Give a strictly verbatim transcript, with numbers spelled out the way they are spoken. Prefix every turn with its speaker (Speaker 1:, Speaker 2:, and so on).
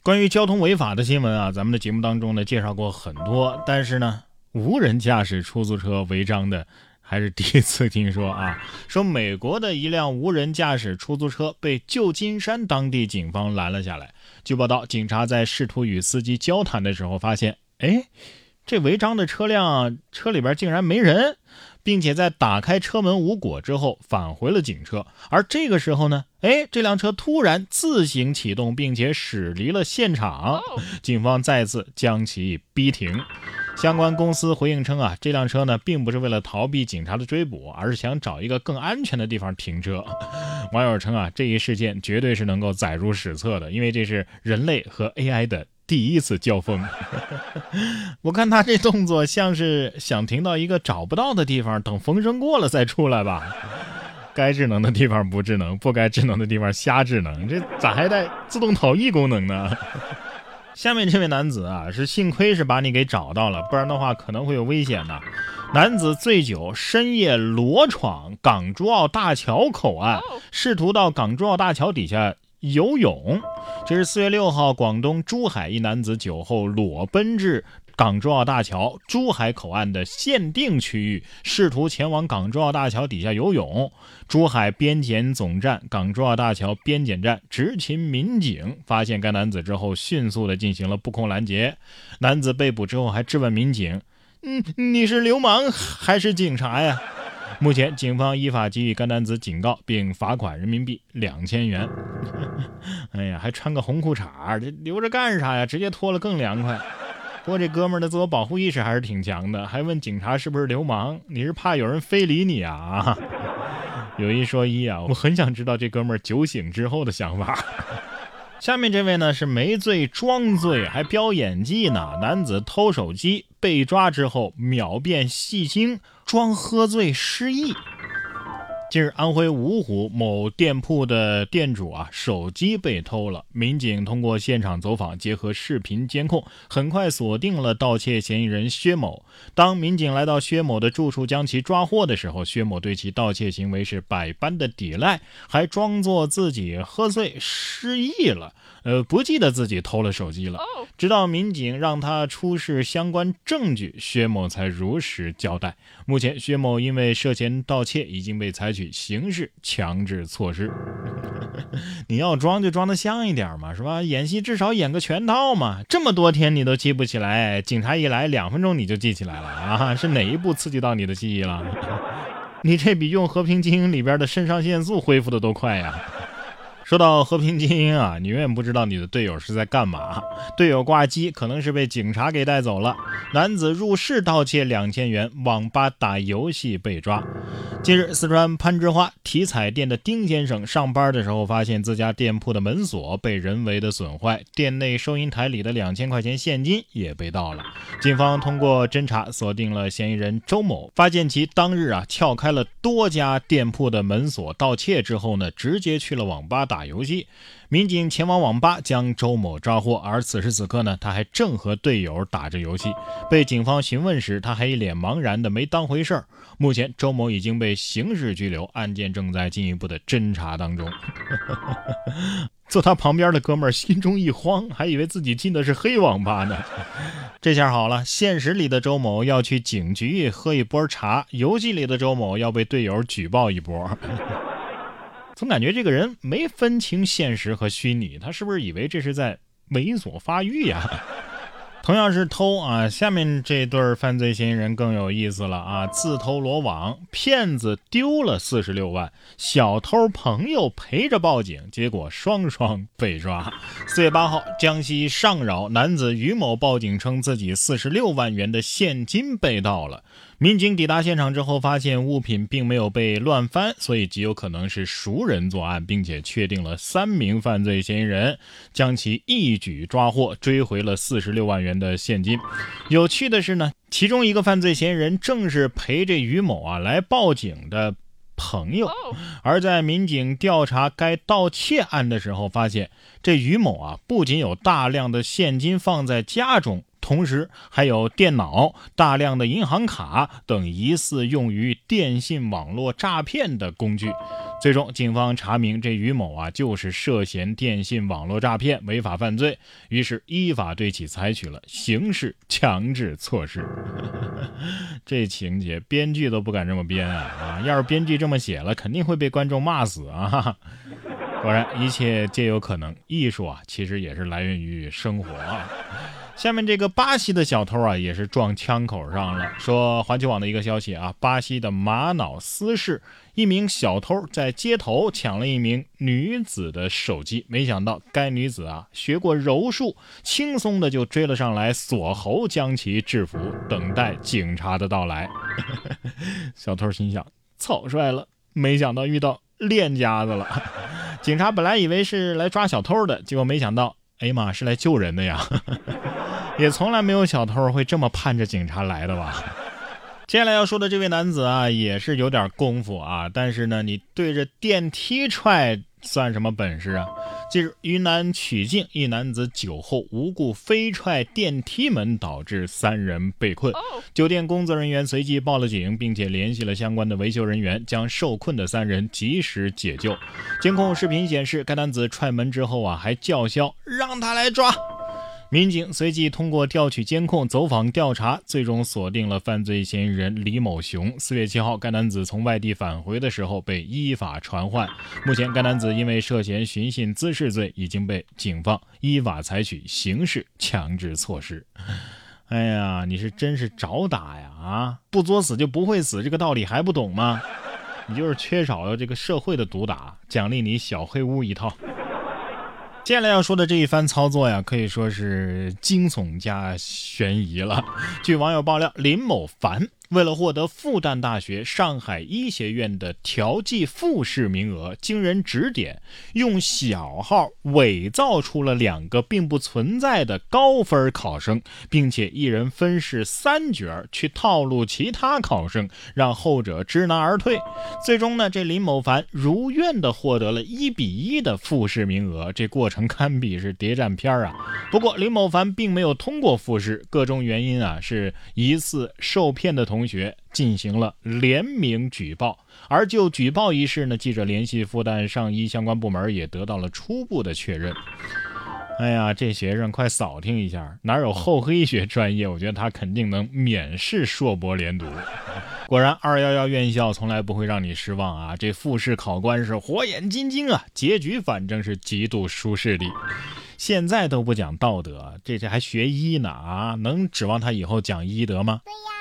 Speaker 1: 关于交通违法的新闻啊，咱们的节目当中呢介绍过很多，但是呢，无人驾驶出租车违章的还是第一次听说啊。说美国的一辆无人驾驶出租车被旧金山当地警方拦了下来。据报道，警察在试图与司机交谈的时候发现，哎，这违章的车辆车里边竟然没人，并且在打开车门无果之后返回了警车。而这个时候呢，哎，这辆车突然自行启动，并且驶离了现场，警方再次将其逼停。相关公司回应称啊，这辆车呢并不是为了逃避警察的追捕，而是想找一个更安全的地方停车。网友称啊，这一事件绝对是能够载入史册的，因为这是人类和 A I 的第一次交锋。我看他这动作像是想停到一个找不到的地方，等风声过了再出来吧。该智能的地方不智能，不该智能的地方瞎智能，这咋还带自动逃逸功能呢？下面这位男子啊，是幸亏是把你给找到了，不然的话可能会有危险的。男子醉酒深夜裸闯港珠澳大桥口岸，试图到港珠澳大桥底下游泳。这是四月六号，广东珠海一男子酒后裸奔至港珠澳大桥珠海口岸的限定区域，试图前往港珠澳大桥底下游泳。珠海边检总站港珠澳大桥边检站执勤民警发现该男子之后，迅速的进行了布控拦截。男子被捕之后还质问民警，嗯，你是流氓还是警察呀？目前警方依法给予该男子警告，并罚款人民币两千元。哎呀，还穿个红裤衩，这留着干啥呀？直接脱了更凉快。不过这哥们儿的自我保护意识还是挺强的，还问警察是不是流氓，你是怕有人非礼你啊？有一说一啊，我很想知道这哥们儿酒醒之后的想法。下面这位呢是没醉装醉，还飙演技呢。男子偷手机被抓之后秒变戏精，装喝醉失忆。近日，安徽芜湖某店铺的店主啊手机被偷了，民警通过现场走访，结合视频监控，很快锁定了盗窃嫌疑人薛某。当民警来到薛某的住处将其抓获的时候，薛某对其盗窃行为是百般的抵赖，还装作自己喝醉失忆了，呃，不记得自己偷了手机了。直到民警让他出示相关证据，薛某才如实交代。目前，薛某因为涉嫌盗窃已经被采取刑事强制措施。你要装就装得像一点嘛，是吧？演戏至少演个全套嘛。这么多天你都记不起来，警察一来两分钟你就记起来了啊？是哪一部刺激到你的记忆了？你这比用和平精英里边的肾上腺素恢复的都快呀。说到和平精英啊，你永远不知道你的队友是在干嘛。队友挂机可能是被警察给带走了。男子入室盗窃两千元，网吧打游戏被抓。近日，四川攀枝花体彩店的丁先生上班的时候，发现自家店铺的门锁被人为的损坏，店内收银台里的两千块钱现金也被盗了。警方通过侦查锁定了嫌疑人周某，发现其当日啊撬开了多家店铺的门锁盗窃之后呢，直接去了网吧打游戏。民警前往网吧将周某抓获，而此时此刻呢，他还正和队友打着游戏。被警方询问时，他还一脸茫然的没当回事儿。目前周某已经被刑事拘留，案件正在进一步的侦查当中。坐他旁边的哥们儿心中一慌，还以为自己进的是黑网吧呢。这下好了，现实里的周某要去警局喝一波茶，游戏里的周某要被队友举报一波。总感觉这个人没分清现实和虚拟，他是不是以为这是在猥琐发育呀？同样是偷啊，下面这对犯罪嫌疑人更有意思了啊！自投罗网，骗子丢了四十六万，小偷朋友陪着报警，结果双双被抓。四月八号，江西上饶男子于某报警称自己四十六万元的现金被盗了。民警抵达现场之后，发现物品并没有被乱翻，所以极有可能是熟人作案，并且确定了三名犯罪嫌疑人，将其一举抓获，追回了四十六万元的现金。有趣的是呢，其中一个犯罪嫌疑人正是陪着于某啊来报警的朋友。而在民警调查该盗窃案的时候，发现这于某啊不仅有大量的现金放在家中， 同时还有电脑、大量的银行卡等疑似用于电信网络诈骗的工具。最终警方查明这于某啊就是涉嫌电信网络诈骗违法犯罪，于是依法对其采取了刑事强制措施。这情节编剧都不敢这么编啊啊！要是编剧这么写了，肯定会被观众骂死啊！果然一切皆有可能，艺术啊其实也是来源于生活啊。下面这个巴西的小偷啊也是撞枪口上了。说环球网的一个消息啊，巴西的马瑙斯市一名小偷在街头抢了一名女子的手机，没想到该女子啊学过柔术，轻松的就追了上来，锁喉将其制服，等待警察的到来。小偷心想草率了，没想到遇到练家子了。警察本来以为是来抓小偷的，结果没想到哎呀妈是来救人的呀。也从来没有小偷会这么盼着警察来的吧。接下来要说的这位男子啊也是有点功夫啊，但是呢你对着电梯踹算什么本事啊？近日云南曲靖一男子酒后无故飞踹电梯门，导致三人被困。酒店工作人员随即报了警，并且联系了相关的维修人员，将受困的三人及时解救。监控视频显示，该男子踹门之后啊还叫嚣让他来抓。民警随即通过调取监控、走访调查，最终锁定了犯罪嫌疑人李某雄。四月七号，该男子从外地返回的时候被依法传唤。目前，该男子因为涉嫌寻衅滋事罪，已经被警方依法采取刑事强制措施。哎呀，你是真是找打呀！啊，不作死就不会死，这个道理还不懂吗？你就是缺少了这个社会的毒打，奖励你小黑屋一套。接下来要说的这一番操作呀，可以说是惊悚加悬疑了。据网友爆料，林某凡为了获得复旦大学上海医学院的调剂复试名额，经人指点，用小号伪造出了两个并不存在的高分考生，并且一人分饰三角去套路其他考生，让后者知难而退。最终呢，这林某凡如愿的获得了一比一的复试名额，这过程堪比是谍战片啊！不过林某凡并没有通过复试，各种原因啊是疑似受骗的同学进行了联名举报。而就举报一事呢，记者联系复旦上医相关部门也得到了初步的确认。哎呀，这学生快扫听一下，哪有厚黑学专业？我觉得他肯定能免试硕博连读。果然二一一院校从来不会让你失望啊！这复试考官是火眼金睛啊，结局反正是极度舒适的。现在都不讲道德，这这还学医呢啊？能指望他以后讲医德吗？对呀。